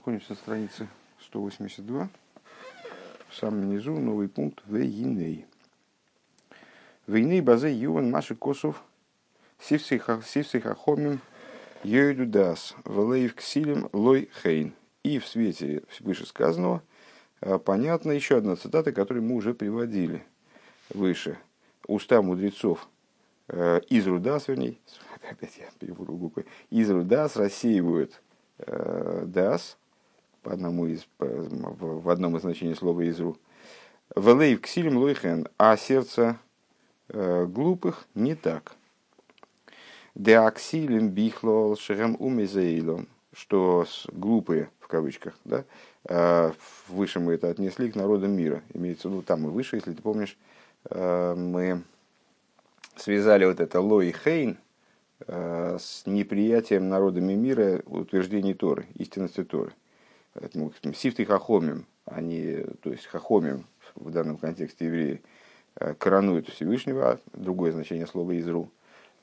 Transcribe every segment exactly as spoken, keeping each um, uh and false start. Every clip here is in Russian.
находимся на странице сто восемьдесят два. В самом низу новый пункт «Вейней». «Вейней базе юван маши косов сивсей хахомим йойду дас валеев ксилем лой хейн». И в свете вышесказанного понятно еще одна цитата, которую мы уже приводили выше. «Уста мудрецов из Рудас, вернее, опять я перепутал буквы, из Рудас рассеивают дас, по одному из, по, в, в одном из значений слова изру, велейв ксилем лойхен, а сердце э, глупых не так. Де аксилем бихлол шерем умезейлом, что глупые, в кавычках, да, э, выше мы это отнесли к народам мира. Имеется в виду, там и выше, если ты помнишь, э, мы связали вот это лой хейн э, с неприятием народами мира утверждений Торы, истинности Торы. Сифты хахомим, они, то есть хахомим в данном контексте евреи, коронуют Всевышнего, другое значение слова изру,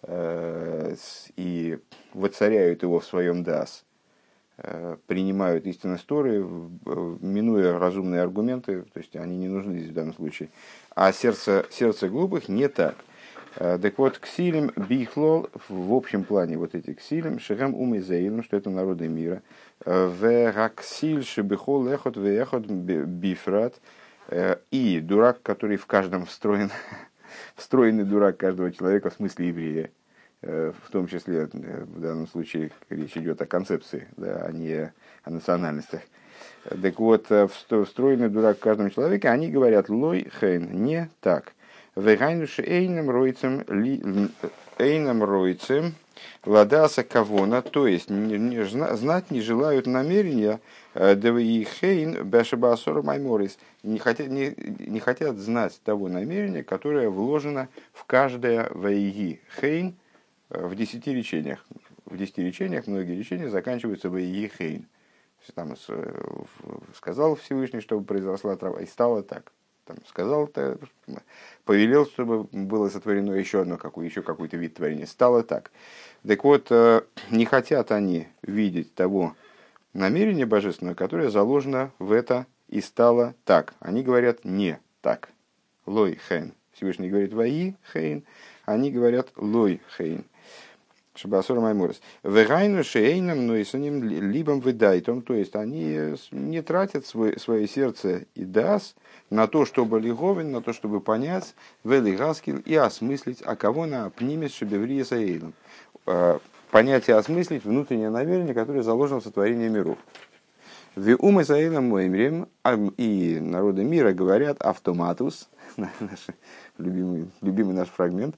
и воцаряют его в своем дас, принимают истинность Торы, минуя разумные аргументы, то есть они не нужны здесь в данном случае. А сердце, сердце глупых не так. Так вот, ксилем бихлол, в общем плане вот эти ксилем, шерем умезейлем, что это народы мира, вераксиль шебихол эхот веехот бифрат, и дурак, который в каждом встроен, встроенный дурак каждого человека, в смысле еврея, в том числе, в данном случае, речь идет о концепции, да, а не о национальностях. Так вот, встроенный дурак в каждом человеке, они говорят лой хейн, не так. Вегайнуши эйном ройцем эйном ройцем ладаса кавона, то есть не, не, знать не желают намерения девиихейн бешабасор майморис, не хотят не, не хотят знать того намерения, которое вложено в каждое вейги хейн в десяти речениях. В десяти речениях многие речения заканчиваются вейги хейн. Там сказал Всевышний, чтобы произросла трава, и стало так. Там, сказал, повелел, чтобы было сотворено еще одно, какой, еще какой-то вид творения. Стало так. Так вот, не хотят они видеть того намерения божественного, которое заложено в это и стало так. Они говорят не так. Лой хейн. Всевышний говорит ваи хейн. Они говорят лой хейн. Шабасор Майморис. Вегайну шейном, но и с ним либом выдайтом. То есть они не тратят свой, свое сердце и дас на то, чтобы лиговин, на то, чтобы понять, велигаскил и осмыслить, а кого на пнимет шебеврия саэйлом. Понять и осмыслить внутреннее намерение, которое заложено в сотворении миров. В умы саэйлом моимрем, и народы мира говорят автоматус, наш любимый, любимый наш фрагмент,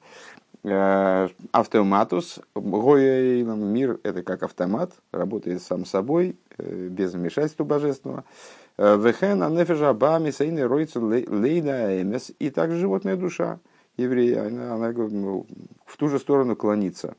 автоматус, мир это как автомат, работает сам собой, без вмешательства божественного. Вехен анефежа бами сейны роится лейда эмес, и также животная душа еврея, она, она в ту же сторону клонится.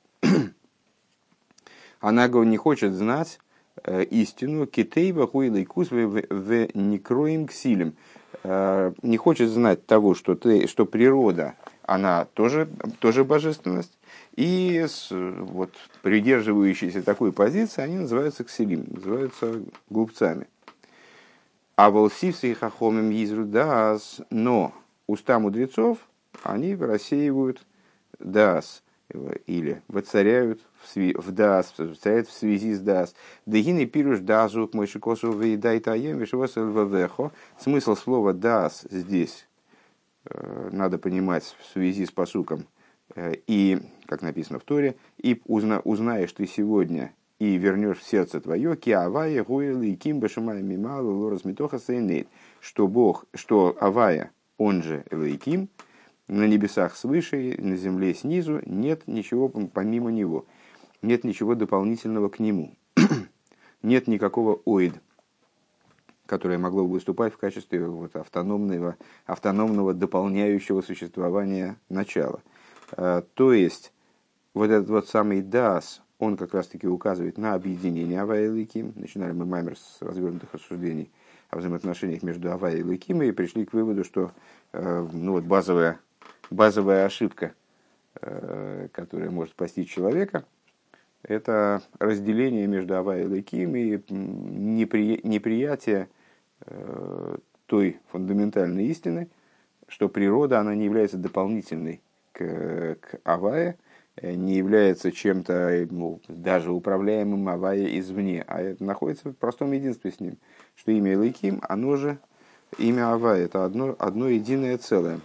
Она не хочет знать истину, китейва хуилайкус в некроим ксилем, не хочет знать того, что, ты, что природа, она тоже, тоже божественность, и вот, придерживающиеся такой позиции, они называются ксилим, называются глупцами. А волсивсы и хахомим изру даас, но уста мудрецов, они рассеивают даас, или воцаряют в даас, воцаряют в связи с даас. Дегины пируш даазук мойшикосу вейдай таем вишевосел вавехо. Смысл слова даас здесь надо понимать в связи с пасуком. И, как написано в Торе, и узна, узнаешь ты сегодня и вернешь в сердце твое, киавая гуэл и ким башамай мимал лорас митоха сейнейт, что Бог, что Авая, он же Элейким, на небесах свыше, на земле снизу, нет ничего помимо него, нет ничего дополнительного к нему, нет никакого оид, которое могло бы выступать в качестве вот автономного, автономного дополняющего существования начала. То есть, вот этот вот самый дас, он как раз-таки указывает на объединение Авая и Элейким. Начинали мы маймер с развернутых рассуждений о взаимоотношениях между Авая и Элейким и пришли к выводу, что ну, вот базовая, базовая ошибка, которая может постичь человека, это разделение между Авай и Элоким и непри... неприятие э, той фундаментальной истины, что природа, она не является дополнительной к, к Авае, не является чем-то, ну, даже управляемым Авая извне, а это находится в простом единстве с ним, что имя Элоким, оно же имя Авая, это одно, одно единое целое.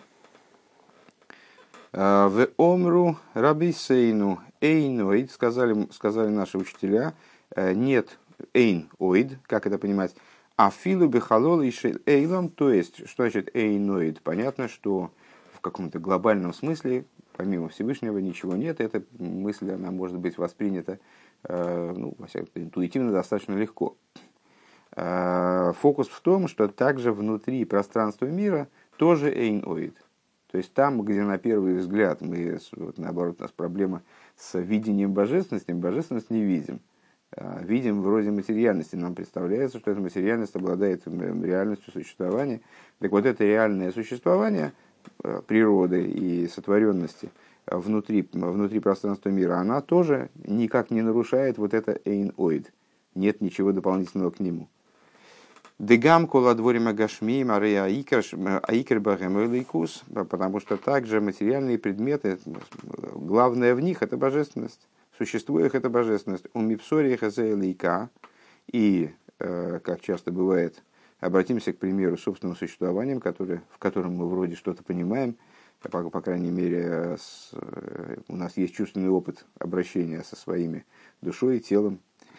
В омру рабисейну эйноид, сказали, сказали наши учителя, нет эйн-оид, как это понимать, а филу бехалол и эйлом, то есть, что значит эйноид? Понятно, что в каком-то глобальном смысле, помимо Всевышнего, ничего нет. Эта мысль, она может быть воспринята, ну, во всяком случае, интуитивно достаточно легко. Фокус в том, что также внутри пространства мира тоже эйн-оид. То есть там, где на первый взгляд мы, вот, наоборот, у нас проблема с видением божественности, мы божественность не видим. Видим вроде материальности, нам представляется, что эта материальность обладает реальностью существования. Так вот, это реальное существование природы и сотворенности внутри, внутри пространства мира, она тоже никак не нарушает вот это эйн-оид. Нет ничего дополнительного к нему. Дегам кола дворим агашми мария аикер багемэлейкус, потому что также материальные предметы, главное в них это божественность, существует их это божественность. У мипсория хазэлейка, и, как часто бывает, обратимся к примеру собственным существованием, который, в котором мы вроде что-то понимаем, по, по крайней мере с, у нас есть чувственный опыт обращения со своими душой и телом.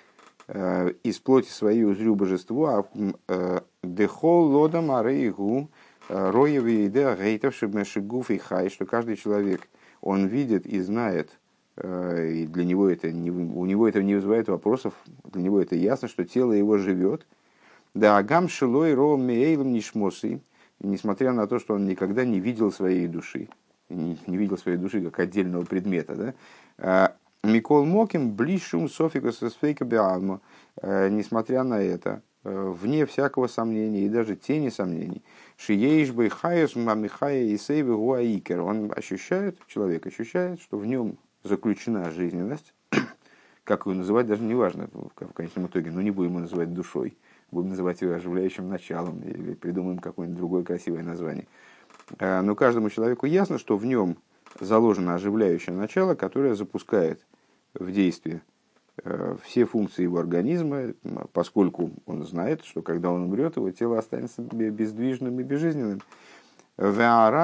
Из плоти своей узрю божество, а дехол лодам арейгу роевый идея гейтов шибмешигуф и хай, что каждый человек, он видит и знает, и для него это не, у него это не вызывает вопросов, для него это ясно, что тело его живет. Да агам шилой роом меейлом нишмосы, несмотря на то, что он никогда не видел своей души, не, не видел своей души как отдельного предмета, да. Микол Моким блишум софикус сфейка биалма, несмотря на это, вне всякого сомнения и даже тени сомнений, шиеиш бы хайос мамихая и сейвы гуаикер, он ощущает, человек ощущает, что в нем заключена жизненность, как ее называть, даже не важно в конечном итоге, но не будем его называть душой, будем называть его оживляющим началом или придумаем какое-нибудь другое красивое название. Но каждому человеку ясно, что в нем заложено оживляющее начало, которое запускает в действие все функции его организма, поскольку он знает, что когда он умрет, его тело останется бездвижным и безжизненным. В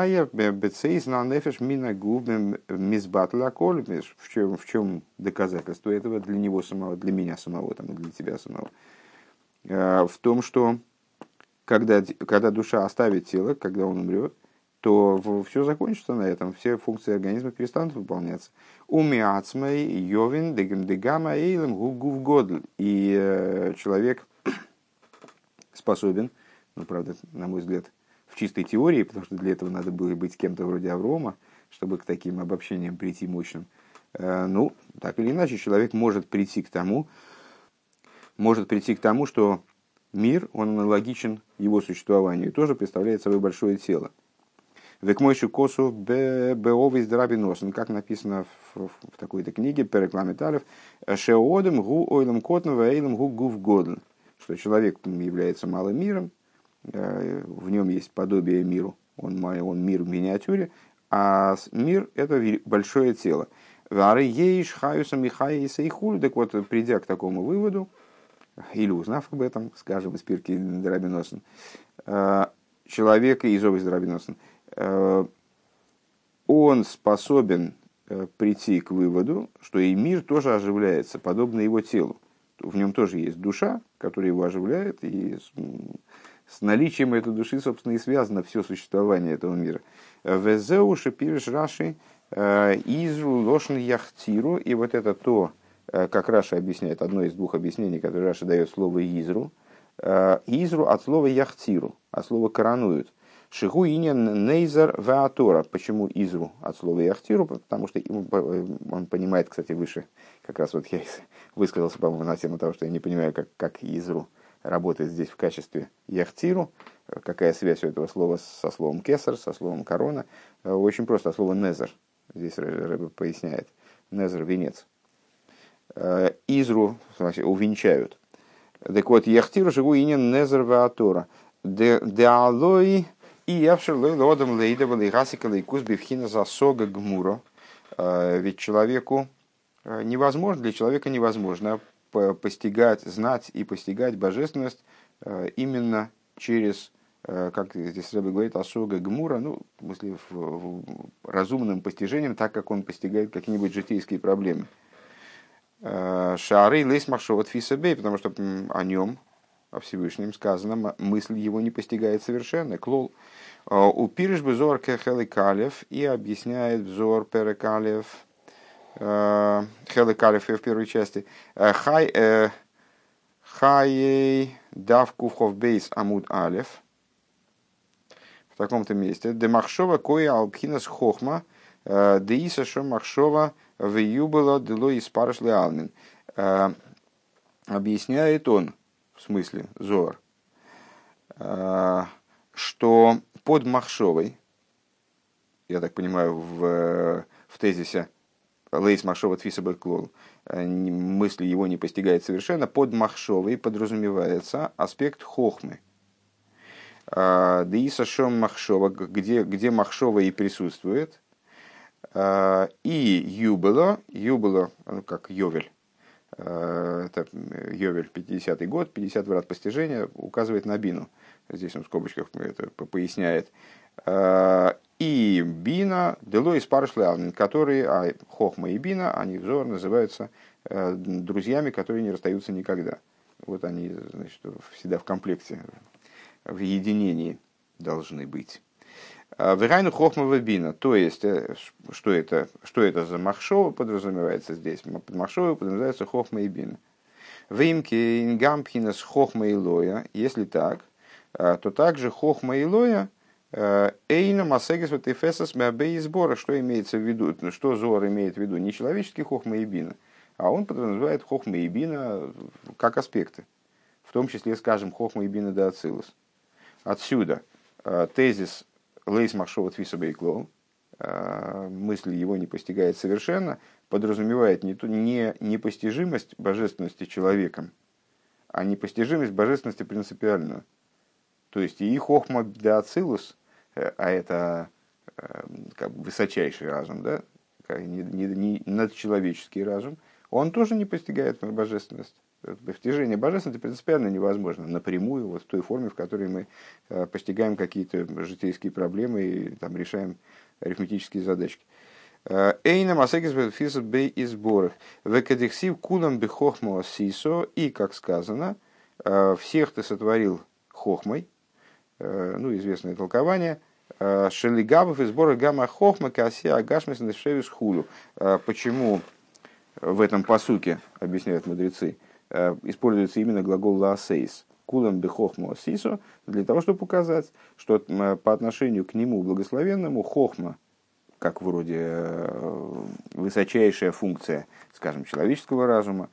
чем, в чем доказательство этого для него самого, для меня самого, там, и для тебя самого? В том, что когда, когда душа оставит тело, когда он умрет, то все закончится на этом, все функции организма перестанут выполняться. Умиацмей, йовин, дегама, эйлем, гугув годль. И человек способен, ну, правда, на мой взгляд, в чистой теории, потому что для этого надо было быть кем-то вроде Аврома, чтобы к таким обобщениям прийти мощным. Ну, так или иначе, человек может прийти к тому, может прийти к тому, что мир, он аналогичен его существованию, и тоже представляет собой большое тело. Векмойши косу беовый здравиносен, как написано в, в такой-то книге, перекламеталев, шеодем гу ойлем котн вейлем гу гув годн, что человек является малым миром, в нем есть подобие миру, он, он мир в миниатюре, а мир – это большое тело. Вары еиш хаюса михая и сейхуль, так вот, придя к такому выводу, или узнав об этом, скажем, из Пирки Драбиносен, человек из Овес Драбиносен, он способен прийти к выводу, что и мир тоже оживляется, подобно его телу. В нем тоже есть душа, которая его оживляет, и с наличием этой души, собственно, и связано все существование этого мира. Везеу шепирш раши изру лошен яхтиру, и вот это то, как Раша объясняет, одно из двух объяснений, которые Раша дает слово изру. Изру от слова яхтиру, от слова коронуют. Шигу инин нейзер ваатора. Почему изру от слова яхтиру? Потому что он понимает, кстати, выше, как раз вот я высказался, по-моему, на тему того, что я не понимаю, как, как изру работает здесь в качестве яхтиру. Какая связь у этого слова со словом кесар, со словом корона? Очень просто, слово незер. Здесь Рэбе поясняет. Незер – венец. изру, увенчают. Так вот, яхтиру живу инин незер ваатора. Де алой и явшер лой лодом лейдавал и гасикал и кус бифхина засога гмуро. Ведь человеку невозможно, для человека невозможно постигать, знать и постигать божественность именно через, как здесь Рэбе говорит, асога гмура, ну, в смысле, в, в, разумным постижением, так как он постигает какие-нибудь житейские проблемы. Шары лейс махшоват фисабей, потому что о нем, о Всевышнем сказано, мысль его не постигает совершенно. Клол. У пириш взор кехеликалев и объясняет взор перекалев, хеликалев в первой части. Хай хай давку ховбейс амуд алев. В таком-то месте. Де махшова коя алпхинас хохма, де иса шо махшова в юбило дело испарыш леалмин. Объясняет он, в смысле Зоар, что под махшовой, я так понимаю, в, в тезисе лейс махшова тфисабэ клол, мысли его не постигает совершенно, под махшовой подразумевается аспект хохмы. Деиса шом махшова, где, где махшова и присутствует, и юбило, юбило, ну, как Йовель, это Йовель, пятидесятый год, пятьдесят врат постижения, указывает на бину. Здесь он в скобочках это поясняет. И бина, дело из парышлявн, которые, а хохма и бина, они взор называются друзьями, которые не расстаются никогда. Вот они, значит, всегда в комплекте, в единении должны быть. Верайну хохма бина, то есть, что это, что это за махшова подразумевается здесь? Под махшовой подразумевается хохма и бина. Вимки ингампхинас хохма и лоя, если так, то также хохма и лоя эйна масегис вот эфесас меабей сбора, что имеется в виду, что Зор имеет в виду, не человеческий хохма и бина, а он подразумевает хохма и бина как аспекты, в том числе, скажем, хохма и бина да ацилус. Отсюда тезис лейс махшова твисаба и клол, мысль его не постигает совершенно, подразумевает не, ту, не непостижимость божественности человеком, а непостижимость божественности принципиальную. То есть и хохма да ацилус, а это как бы высочайший разум, да? не, не, не надчеловеческий разум, он тоже не постигает божественность. Постижение божественности принципиально невозможно напрямую, вот в той форме, в которой мы постигаем какие-то житейские проблемы и там, решаем арифметические задачки. Эйна масекис бефисат бей и сборах. Векадексив кулам бехохмо сисо. И, как сказано, всех ты сотворил хохмой. Ну, известное толкование. Шелигавов и сборах гамма хохма каси агашмис нешевис хулу. Почему в этом пасуке, объясняют мудрецы, используется именно глагол лаасейс, кулам бехохмо сисо, для того, чтобы показать, что по отношению к нему, благословенному, хохма, как вроде высочайшая функция, скажем, человеческого разума,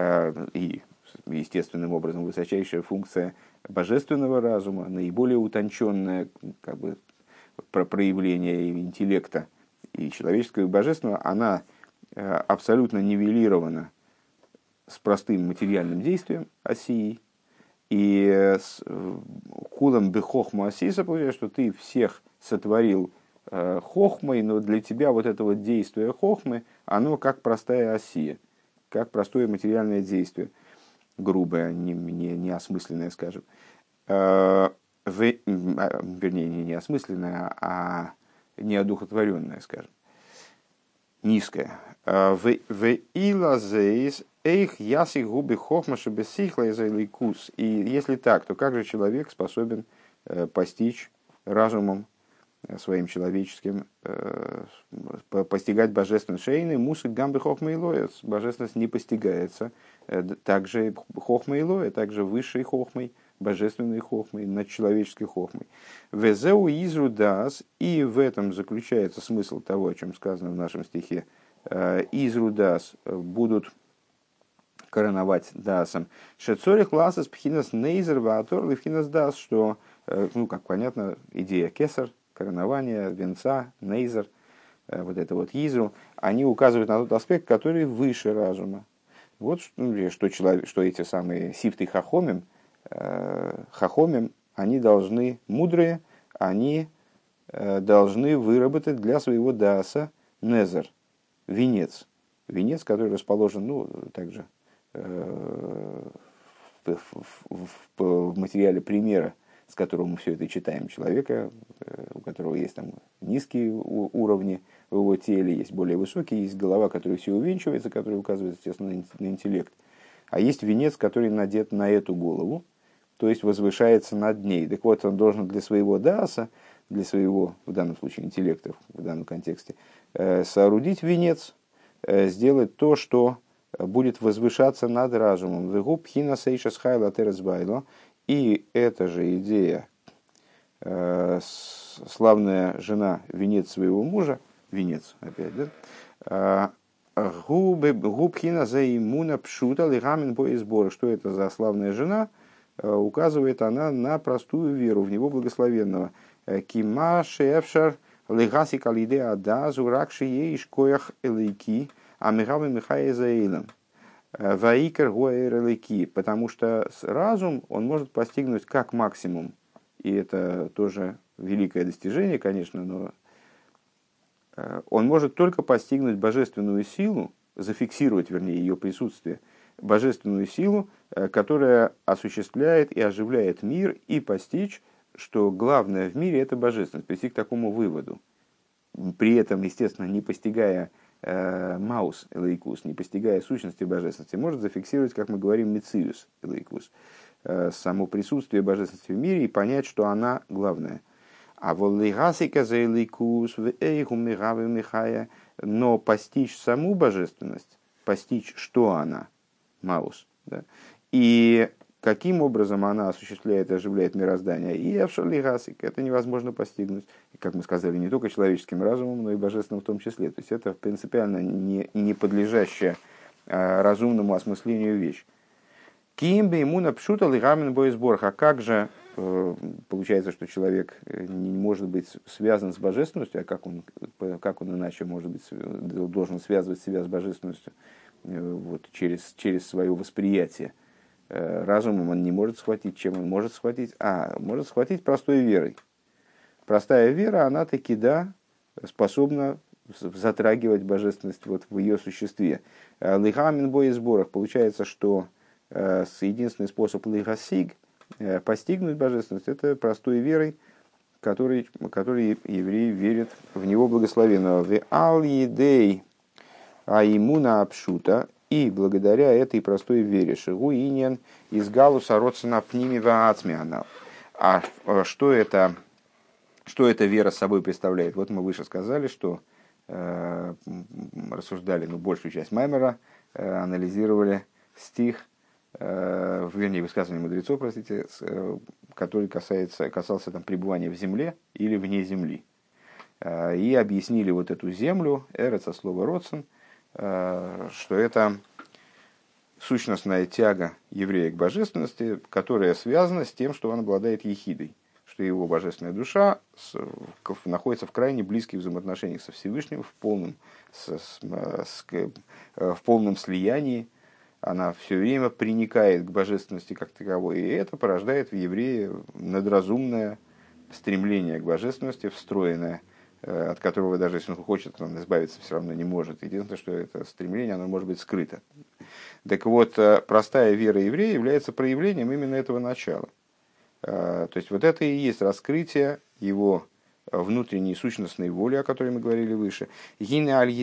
и естественным образом высочайшая функция божественного разума, наиболее утонченное как бы, проявление интеллекта и человеческого, и божественного, она абсолютно нивелирована с простым материальным действием осии, и с кулом бехохма осиса, получается, что ты всех сотворил э, хохмой, но для тебя вот это вот действие хохмы, оно как простая осия, как простое материальное действие, грубое, не, не, неосмысленное, скажем. Э, в, вернее, не неосмысленное, а неодухотворенное, скажем. Низкое. В илазейс эйх ясих губи хохмаша бессихла из лейкус. И если так, то как же человек способен постичь разумом своим человеческим, постигать божественность шейны, мусык гамбы хохма и лоя. Божественность не постигается. Также хохма и лоя, также высшей хохмой, божественной хохмой, надчеловеческой хохмой. Везеу изру дас, и в этом заключается смысл того, о чем сказано в нашем стихе. Изру дас будут короновать дасом. Шецорих ласас пхинас нейзер ваатор лифхинас дас, что, ну, как понятно, идея кесар, коронование, венца, нейзер, вот это вот изру, они указывают на тот аспект, который выше разума. Вот что, что, человек, что эти самые сифты хахомим, э, хахомим, они должны, мудрые, они э, должны выработать для своего дааса незер, венец. Венец, который расположен, ну, также э, в, в, в, в материале примера, с которого мы все это читаем, человека, э, у которого есть там низкие у, уровни в его теле, есть более высокие, есть голова, которая все увенчивается, которая указывает, естественно, на, на интеллект. А есть венец, который надет на эту голову, то есть возвышается над ней. Так вот, он должен для своего дааса, для своего, в данном случае, интеллекта, в данном контексте, э, соорудить венец, э, сделать то, что будет возвышаться над разумом. И эта же идея, э, славная жена, венец своего мужа, венец опять, да? Губхина заимуна пшута лигамен боизбор. Что это за славная жена? Указывает она на простую веру в него благословенного. Кима шефшар лигаси калиде адазу ракши ейш коях элейки амигавы михае заилам. Ваикер гоэр элейки. Потому что разум он может постигнуть как максимум. И это тоже великое достижение, конечно, но он может только постигнуть божественную силу, зафиксировать, вернее, ее присутствие, божественную силу, которая осуществляет и оживляет мир, и постичь, что главное в мире – это божественность, прийти к такому выводу. При этом, естественно, не постигая э, маус элейкус, не постигая сущности божественности, может зафиксировать, как мы говорим, мециус элейкус, э, само присутствие божественности в мире и понять, что она главная. А воллигасика за элейкус в эйху мигавы михая, но постичь саму божественность, постичь, что она, маус, да, и каким образом она осуществляет и оживляет мироздание, и авшалигасик, это невозможно постигнуть, и, как мы сказали, не только человеческим разумом, но и божественным в том числе. То есть это принципиально не, не подлежащая а, разумному осмыслению вещь. Кимби ему напшута лигамен боизборх. А как же э, получается, что человек не может быть связан с божественностью, а как он, как он иначе может быть, должен связывать себя с божественностью э, вот, через, через свое восприятие? Э, разумом он не может схватить. Чем он может схватить? А, может схватить простой верой. Простая вера, она таки, да, способна затрагивать божественность вот в ее существе. Лигамен боизборх. Получается, что единственный способ лигасиг, постигнуть божественность, это простой верой, который, который еврей верит в него благословенного. В ал едей аимуна апшута, и благодаря этой простой вере шигу иньян из галуса родсена пними ваацмианал. А что это, что эта вера собой представляет? Вот мы выше сказали, что э, рассуждали, ну, большую часть Маймера, э, анализировали стих, вернее, высказывание мудрецов, простите, который касается, касался там, пребывания в земле или вне земли. И объяснили вот эту землю, эрец от слова родсен, что это сущностная тяга еврея к божественности, которая связана с тем, что он обладает ехидой, что его божественная душа находится в крайне близких взаимоотношениях со Всевышним, в полном, с, с, с, в полном слиянии. Она все время приникает к божественности как таковой, и это порождает в еврее надразумное стремление к божественности, встроенное, от которого даже если он хочет, он избавиться все равно не может. Единственное, что это стремление, оно может быть скрыто. Так вот, простая вера еврея является проявлением именно этого начала. То есть вот это и есть раскрытие его внутренней сущностной воли, о которой мы говорили выше. И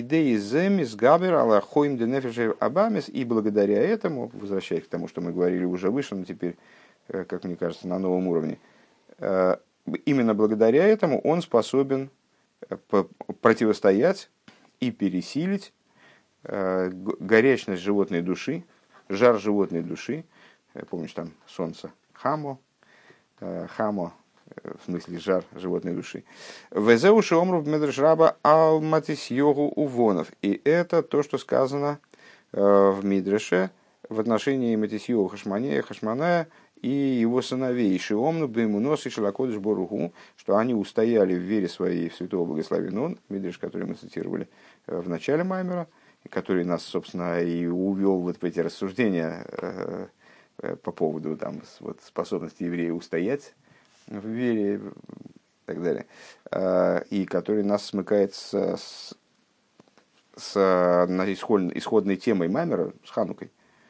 благодаря этому, возвращаясь к тому, что мы говорили уже выше, но теперь, как мне кажется, на новом уровне, именно благодаря этому он способен противостоять и пересилить горячность животной души, жар животной души, помнишь, там солнце, хамо, хамо, в смысле жар животной души. Везеуши омру медршраба алматис йогу увонов. И это то, что сказано в Мидреше в отношении Матисьёва Хашманея, Хашманая и его сыновей. Шиомну беймунос и шелакодыш боругу, что они устояли в вере своей в святого благословенного. Мидреш, который мы цитировали в начале Маймера. который нас, собственно, и увел вот в эти рассуждения по поводу там, вот, способности еврея устоять в вере и так далее, и который нас смыкает с, с, с исходной, исходной темой Маймера, с Ханукой.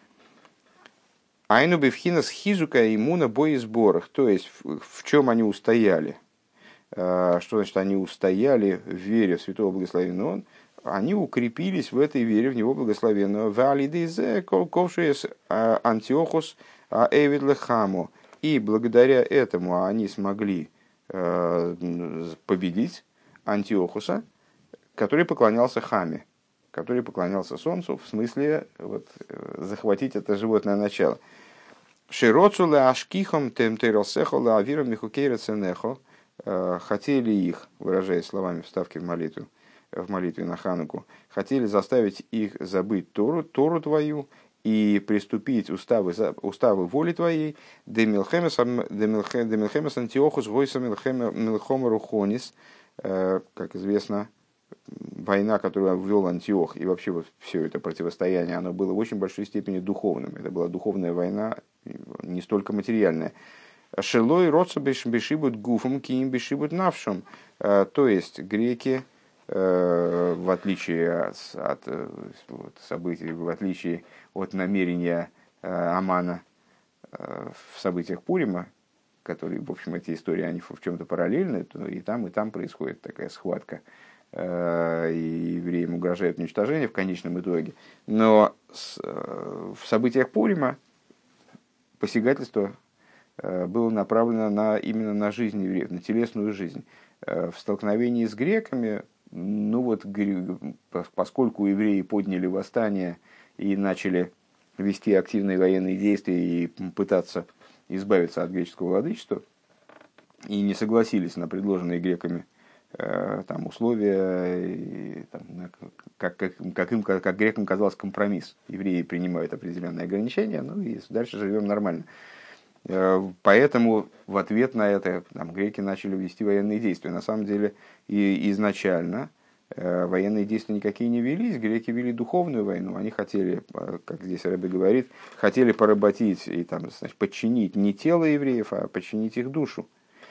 Айну бевхина с хизука иммуна бои сборах, то есть в, в чем они устояли. Что значит они устояли в вере в Святого Благословенного Он? Они укрепились в этой вере в Него Благословенного. Валидизе ковшес Антиохус эвид лехаму. И благодаря этому они смогли победить Антиохуса, который поклонялся Хаме, который поклонялся Солнцу, в смысле вот, захватить это животное начало. Широцуле ашкихом темтеросехо авиром михукейра ценехо. Хотели их, выражаясь словами вставки в молитву, в молитве на Хануку, хотели заставить их забыть Тору, Тору твою и приступить уставы, уставы воли твоей, демилхемес антиохус гойса милхома рухонис, как известно, война, которую ввел Антиох, и вообще вот все это противостояние, оно было в очень большой степени духовным. Это была духовная война, не столько материальная. Шелой родца бешибут гуфом киим бешибут навшом. То есть греки, в отличие от событий, в отличие от намерения Амана в событиях Пурима, которые, в общем, эти истории, они в чем-то параллельны, то и там, и там происходит такая схватка, и евреям угрожает уничтожение в конечном итоге. Но в событиях Пурима посягательство было направлено на, именно на жизнь евреев, на телесную жизнь. В столкновении с греками, ну вот, поскольку евреи подняли восстание и начали вести активные военные действия и пытаться избавиться от греческого владычества, и не согласились на предложенные греками там, условия, и, там, как, как, как, им, как грекам казалось, компромисс. Евреи принимают определенные ограничения, ну и дальше живем нормально. Поэтому в ответ на это там, греки начали вести военные действия. На самом деле и изначально э, военные действия никакие не велись, греки вели духовную войну. Они хотели, как здесь Ребе говорит, хотели поработить и там, значит, подчинить не тело евреев, а подчинить их душу.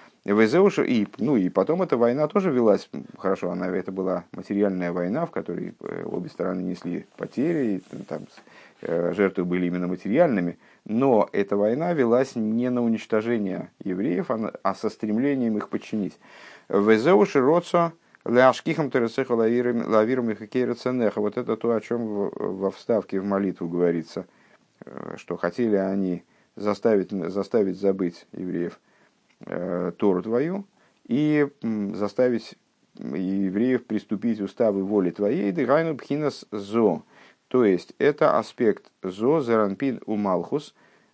И, ну, и потом эта война тоже велась хорошо. Она, это была материальная война, в которой обе стороны несли потери, и, там, жертвы были именно материальными. Но эта война велась не на уничтожение евреев, а со стремлением их подчинить. Везеуши роцо ляшкихам тересеха лавирам и хакейра ценеха. Вот это то, о чем во вставке в молитву говорится, что хотели они заставить, заставить забыть евреев Тору твою и заставить евреев приступить уставы воли твоей, дыгайну пхинас зо. То есть это аспект зо, зеранпин у малхус,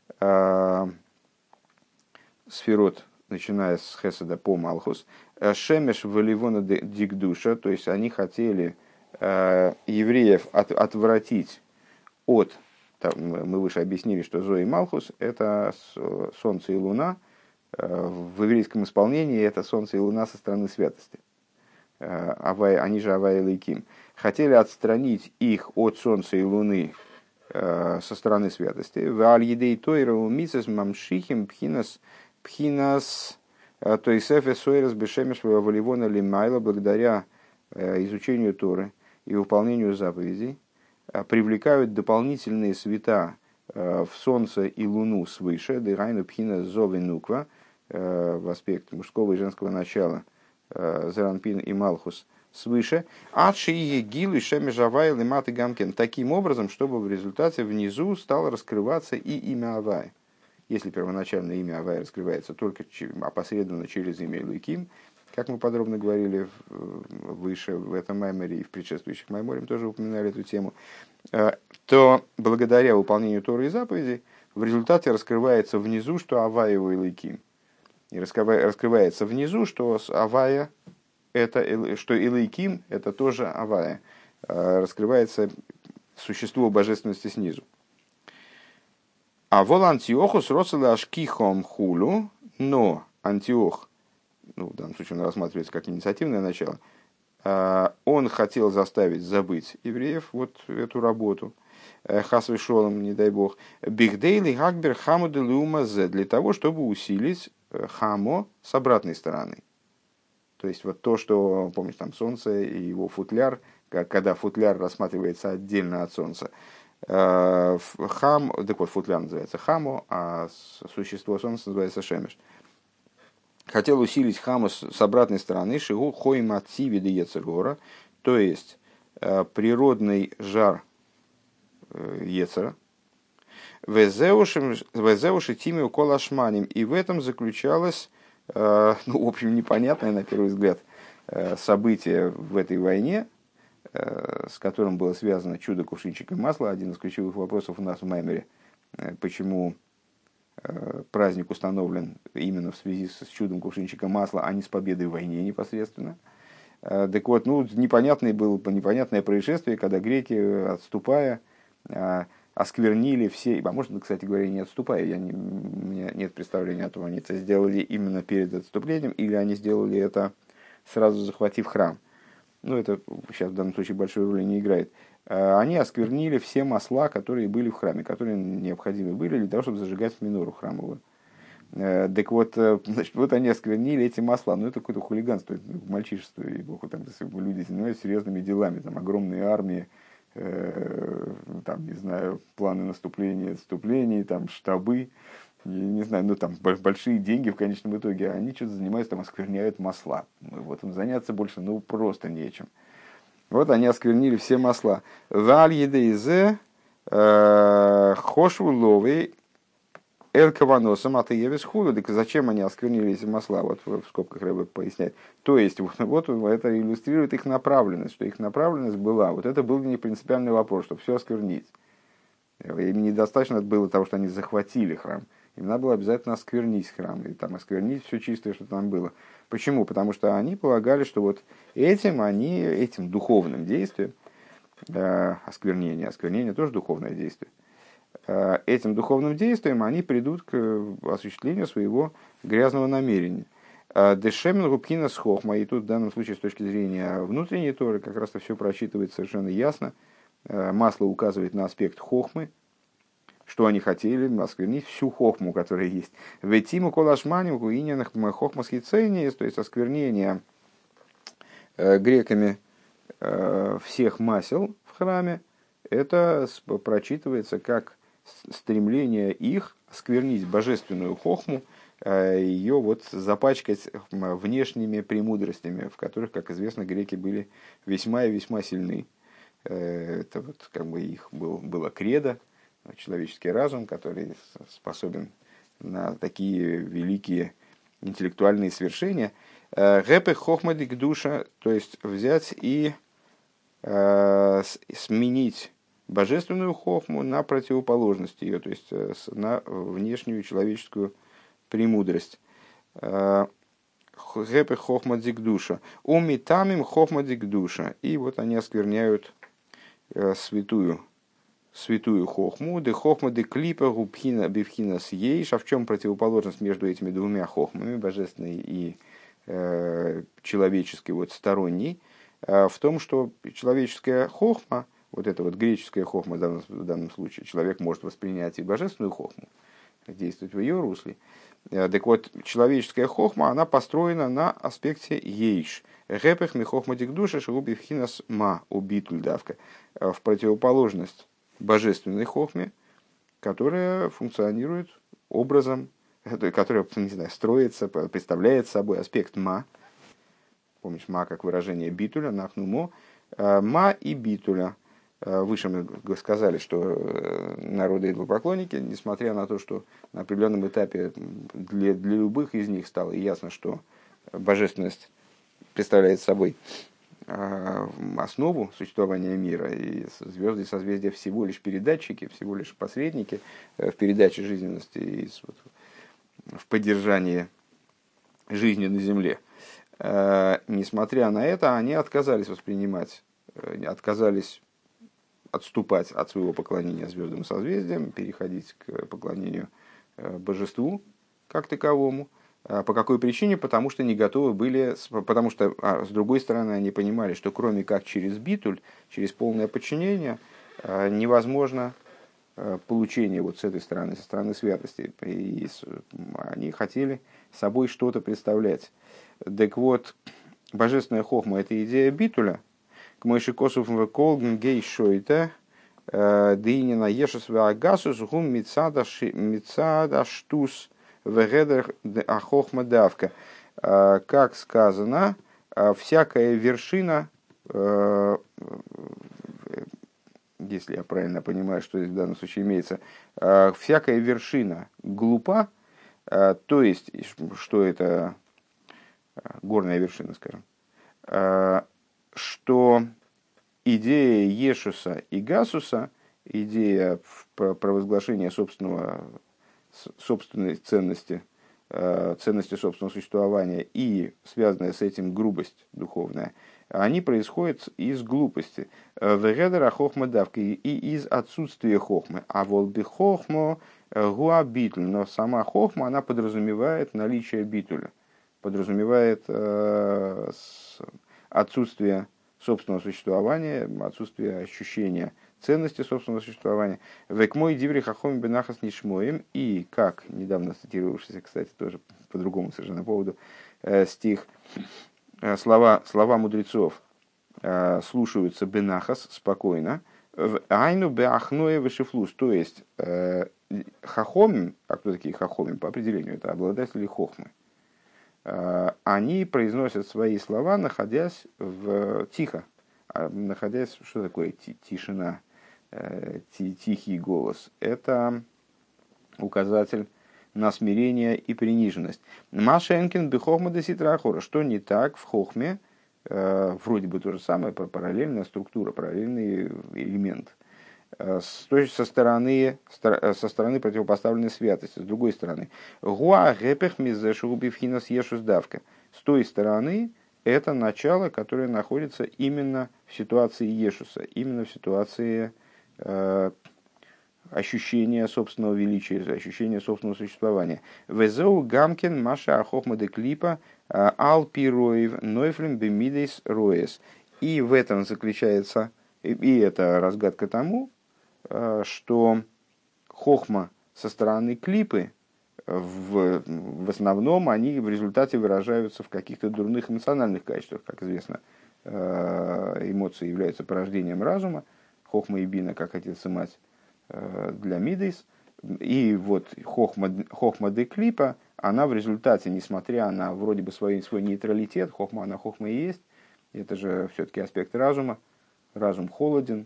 сферот, начиная с хеседа по малхус, шемеш валивона дигдуша, то есть они хотели евреев от, отвратить от, там, мы выше объяснили, что зо и малхус это солнце и луна. В еврейском исполнении это солнце и луна со стороны святости. Они же Авай и Лейким. Хотели отстранить их от солнца и луны со стороны святости. Вааль-едей тойра умисес мамшихим пхинас пхинас то есть эфесойрас бешемеш валивона лимайла, благодаря изучению Торы и выполнению заповедей привлекают дополнительные света в солнце и луну свыше, дырайну пхина зовенуква, в аспект мужского и женского начала, Зеранпин и Малхус свыше, адши и егилу и шемежавай лиматы гамкен, таким образом, чтобы в результате внизу стало раскрываться и имя Авай. Если первоначальное имя Авай раскрывается только опосредованно через имя Элоким, как мы подробно говорили выше в этом майморе и в предшествующих майморем тоже упоминали эту тему, то благодаря выполнению Торы и заповедей в результате раскрывается внизу, что Авай его Элоким. И раскрывается внизу, что Авая это, что Элоким это тоже Авая. Раскрывается существо божественности снизу. А вол Антиохус роцела ашкихом хулу, но Антиох, ну, в данном случае он рассматривается как инициативное начало, Он хотел заставить забыть евреев вот эту работу. Хас вешолом, не дай бог. Бигдейли гакбер хаму де лума зе, для того, чтобы усилить хамо с обратной стороны. То есть вот то, что, помнишь, там солнце и его футляр, когда футляр рассматривается отдельно от солнца. Хам, так вот, футляр называется хамо, а существо солнца называется шемеш. Хотел усилить хаму с обратной стороны, шигу хоим отци виды ецергора, то есть природный жар Ецера, везеуши тими укол ашманим, и в этом заключалось, ну, в общем, непонятное на первый взгляд событие в этой войне, с которым было связано чудо кувшинчика масла, один из ключевых вопросов у нас в Маймере, почему праздник установлен именно в связи с чудом кувшинчика масла, а не с победой в войне непосредственно. Так вот, ну, непонятное было непонятное происшествие, когда греки, отступая, осквернили все, а может, кстати говоря, не отступая, я не, у меня нет представления о том, они это сделали именно перед отступлением, или они сделали это сразу захватив храм. Ну, это сейчас в данном случае большой роли не играет. Они осквернили все масла, которые были в храме, которые необходимы были для того, чтобы зажигать минору храмовую. Так вот, значит, вот они осквернили эти масла. Ну, это какое-то хулиганство, это мальчишество, и богу, там люди занимаются серьезными делами, там огромные армии, там, не знаю, планы наступления, отступлений, там, штабы, не знаю, ну, там, большие деньги в конечном итоге, они что-то занимаются, там, оскверняют масла. Вот им заняться больше, ну, просто нечем. Вот они осквернили все масла. Валь едеизе хошу ловей элькаваносом от евес худу. Так зачем они осквернили эти масла? Вот в скобках Рэбе поясняет. То есть, вот, вот это иллюстрирует их направленность, что их направленность была. Вот это был не принципиальный вопрос, чтобы все осквернить. Им недостаточно было того, что они захватили храм. Им надо было обязательно осквернить храм, и там осквернить все чистое, что там было. Почему? Потому что они полагали, что вот этим они, этим духовным действием, э, осквернение, осквернение тоже духовное действие, э, этим духовным действием они придут к осуществлению своего грязного намерения. Дешемен губкина с хохма, и тут в данном случае с точки зрения внутренней торы как раз-то все прочитывается совершенно ясно. Э, масло указывает на аспект хохмы, что они хотели осквернить всю хохму, которая есть. Ветиму колашманим гуинянах хохма схицения, то есть осквернение э, греками э, всех масел в храме, это прочитывается как стремление их осквернить божественную хохму, э, ее вот запачкать внешними премудростями, в которых, как известно, греки были весьма и весьма сильны. Э, это вот как бы их был, было кредо, человеческий разум, который способен на такие великие интеллектуальные свершения. Гэпэ хохмадик душа, то есть взять и э, сменить божественную хохму на противоположность ее, то есть на внешнюю человеческую премудрость. Гэпэ хохмадик душа. Умитамим хохмадик душа. И вот они оскверняют э, святую святую хохму, де хохма де клипа губхина бивхина съейш. А в чем противоположность между этими двумя хохмами, божественной и э, человеческой, вот сторонней? Э, в том, что человеческая хохма, вот эта вот греческая хохма в данном, в данном случае, человек может воспринять и божественную хохму, действовать в ее русле. Э, так вот, человеческая хохма, она построена на аспекте ейш. Гэпэх ми хохма дикдуша шигубивхинас ма убитуль давка. В противоположность божественной хохме, которая функционирует образом, которая, не знаю, строится, представляет собой аспект ма. Помнишь, ма как выражение битуля, нахнумо. Ма и битуля. Выше мы сказали, что народы идолопоклонники, несмотря на то, что на определенном этапе для, для любых из них стало ясно, что божественность представляет собой основу существования мира, и звезды и созвездия всего лишь передатчики, всего лишь посредники в передаче жизненности и в поддержании жизни на Земле. Несмотря на это, они отказались воспринимать, отказались отступать от своего поклонения звездам и созвездиям, переходить к поклонению божеству как таковому. По какой причине? Потому что не готовы были, потому что, а, с другой стороны, они понимали, что кроме как через битуль, через полное подчинение, невозможно получение вот с этой стороны, со стороны святости. И они хотели собой что-то представлять. Так вот, божественная хохма – это идея битуля. К мойши косов в колгн гей шойта дынина ешес ваагасус гум мицада штус вегедер ахохма давка. Как сказано, всякая вершина, если я правильно понимаю, что здесь в данном случае имеется, всякая вершина глупа, то есть, что это горная вершина, скажем, что идея Ешуса и Гасуса, идея провозглашения собственного, собственной ценности, ценности собственного существования и связанная с этим грубость духовная, они происходят из глупости. Вегедера хохма давка и из отсутствия хохмы. А волби хохмо гуа битуль. Но сама хохма, она подразумевает наличие битуля, подразумевает э, отсутствие собственного существования, отсутствие ощущения ценности собственного существования. Век мой диври хахоми бенахас нишмоем. И, как недавно цитировавшийся, кстати, тоже по другому совершенно поводу, э, стих, э, слова, слова мудрецов э, слушаются бенахас, спокойно, в айну беахное вешифлус, то есть э, хахомим, а кто такие хахомим по определению, это обладатели хохмы, э, они произносят свои слова, находясь в тихо, находясь, что такое тишина, тихий голос. Это указатель на смирение и приниженность. Машенкин бихохма деситрахора. Что не так в хохме? Вроде бы то же самое, параллельная структура, параллельный элемент. Со стороны, со стороны противопоставленной святости. С другой стороны. Гуа гепех мизешубивхинас ешус давка. С той стороны это начало, которое находится именно в ситуации Ешуса, именно в ситуации э, ощущения собственного величия, ощущения собственного существования. Везеу гамкин маша ахохма де клипа алпи роев нойфлем бемидейс роес. И в этом заключается, и это разгадка тому, что хохма со стороны клипы, В, в основном они в результате выражаются в каких-то дурных эмоциональных качествах. Как известно, эмоции являются порождением разума, хохма и бина, как отец и мать для мидейс. И вот хохма, хохма де клипа, она в результате, несмотря на вроде бы свой, свой нейтралитет, хохма, она хохма и есть, это же все-таки аспект разума, разум холоден,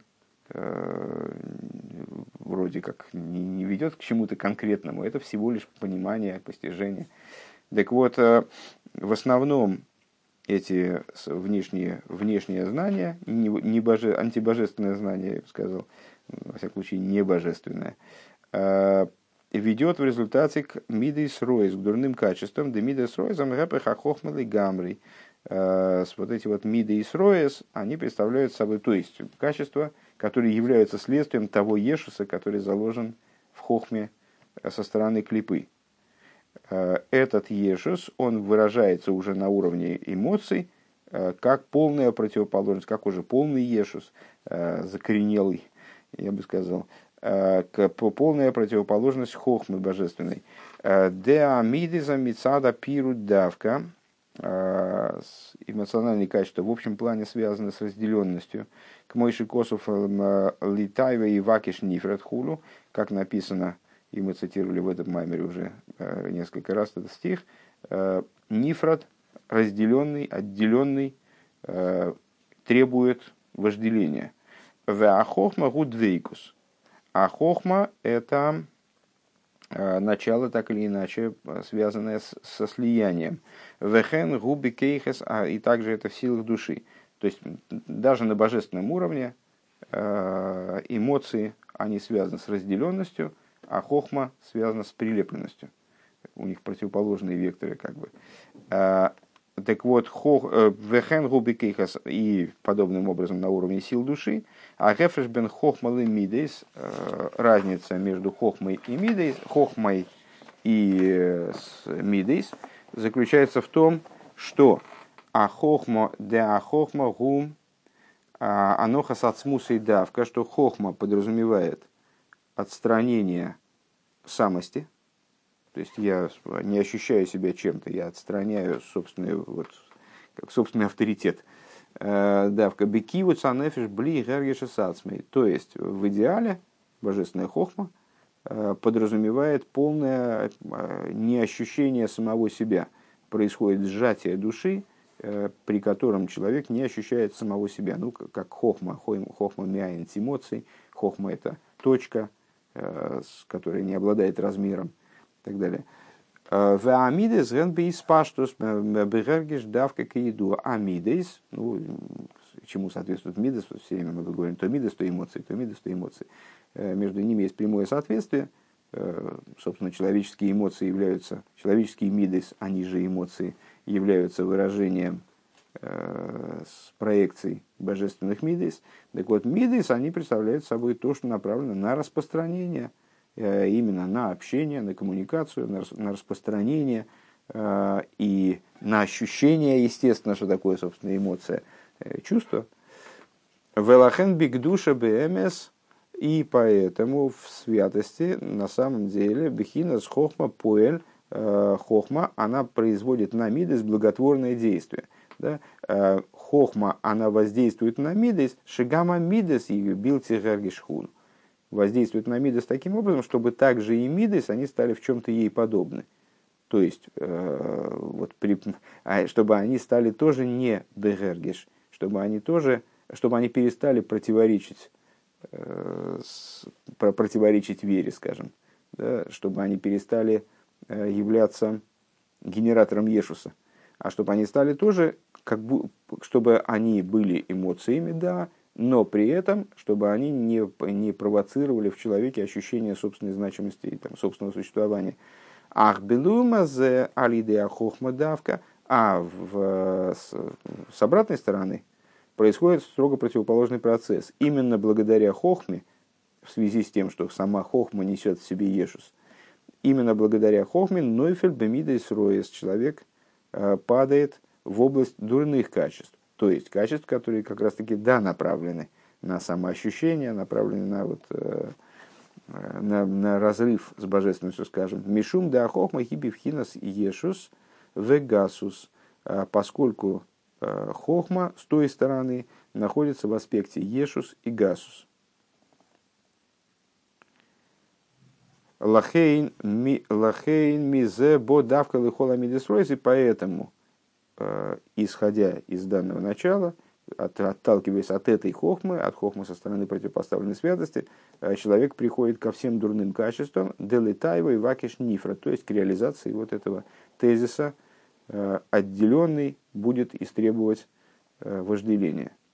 вроде как не ведет к чему-то конкретному, это всего лишь понимание, постижение. Так вот, в основном эти внешние, внешние знания, не, не боже, антибожественное знание, я бы сказал, во всяком случае, не божественное, ведет в результате к мидейс роис, к дурным качествам, да мидейс роисам гэпэх ахохмалы гамрий. Вот эти вот мидейс роис, они представляют собой, то есть качества, которые являются следствием того ешуса, который заложен в хохме со стороны клипы. Этот ешус, он выражается уже на уровне эмоций, как полная противоположность, как уже полный ешус, закоренелый, я бы сказал, полная противоположность хохмы божественной. Деамидиза мицада пиру давка. Эмоциональные качества в общем плане связаны с разделенностью. К Мойши Косов литайва и вакиш нифрат хулу, как написано, и мы цитировали в этом маймере уже несколько раз этот стих, нифрат, разделенный, отделенный, требует вожделения. А хохма гудвейкус. А хохма – это начало, так или иначе, связанное с, со слиянием. Вехен губи кейхес, а и также это в силах души. То есть даже на божественном уровне эмоции, они связаны с разделенностью, а хохма связана с прилепленностью. У них противоположные векторы, как бы. Так вот, вехен губи кейхес и подобным образом на уровне сил души, а гефреш бен хохмал и мидейс, разница между хохмой и мидейс, хохмой и мидейс, заключается в том, что ахохма де ахохма гум аноха сацмуса и давка, что хохма подразумевает отстранение самости, то есть я не ощущаю себя чем-то, я отстраняю собственный, вот, как собственный авторитет. Давка бекиву цанефиш бли гергеша сацмей. То есть в идеале божественная хохма подразумевает полное неощущение самого себя. Происходит сжатие души, при котором человек не ощущает самого себя. Ну, как хохма, хохма мяин эмоций, хохма это точка, которая не обладает размером и так далее. Амидес генбейс паштус бегергеш давка каиду. Амидес, ну, чему соответствует мидес, все время мы говорим то мидес, то эмоции, то мидес, то эмоции. Между ними есть прямое соответствие. Собственно, человеческие эмоции являются, человеческие мидес, они же эмоции, являются выражением проекций божественных мидес. Так вот, мидес, они представляют собой то, что направлено на распространение, именно на общение, на коммуникацию, на распространение и на ощущение, естественно, что такое, собственно, эмоция, чувство. Велахен бигдуша бмс, и поэтому в святости на самом деле бехинас хохма поэль, хохма, она производит на мидес благотворное действие. Да? Хохма, она воздействует на мидес, шигама мидес и билти гергишхун. Воздействует на мидес таким образом, чтобы также и мидес, они стали в чем-то ей подобны. То есть, э, вот при, чтобы они стали тоже не бегергиш, чтобы они тоже, чтобы они перестали противоречить, э, с, противоречить вере, скажем, да, чтобы они перестали э, являться генератором Ешуса, а чтобы они стали тоже, как бы, чтобы они были эмоциями, да, но при этом, чтобы они не, не провоцировали в человеке ощущение собственной значимости и там, собственного существования. Ах, белума зе алидея хохма давка, а в, с, с обратной стороны происходит строго противоположный процесс. Именно благодаря хохме, в связи с тем, что сама хохма несет в себе Ешус, именно благодаря хохме нойфель бемидейс роес, человек э, падает в область дурных качеств. То есть качеств, которые как раз-таки, да, направлены на самоощущение, направлены на, вот, э, на, на разрыв с божественностью, скажем. Мишум да хохма хибивхинас ешус вегасус, поскольку э, хохма с той стороны находится в аспекте ешус и гасус. Лахейн мизе бо давка лихола мидесройс, и поэтому, исходя из данного начала, от, отталкиваясь от этой хохмы, от хохмы со стороны противопоставленной святости, человек приходит ко всем дурным качествам, делитаева и вакиш нифра, то есть к реализации вот этого тезиса, отделенный будет истребовать вожделение.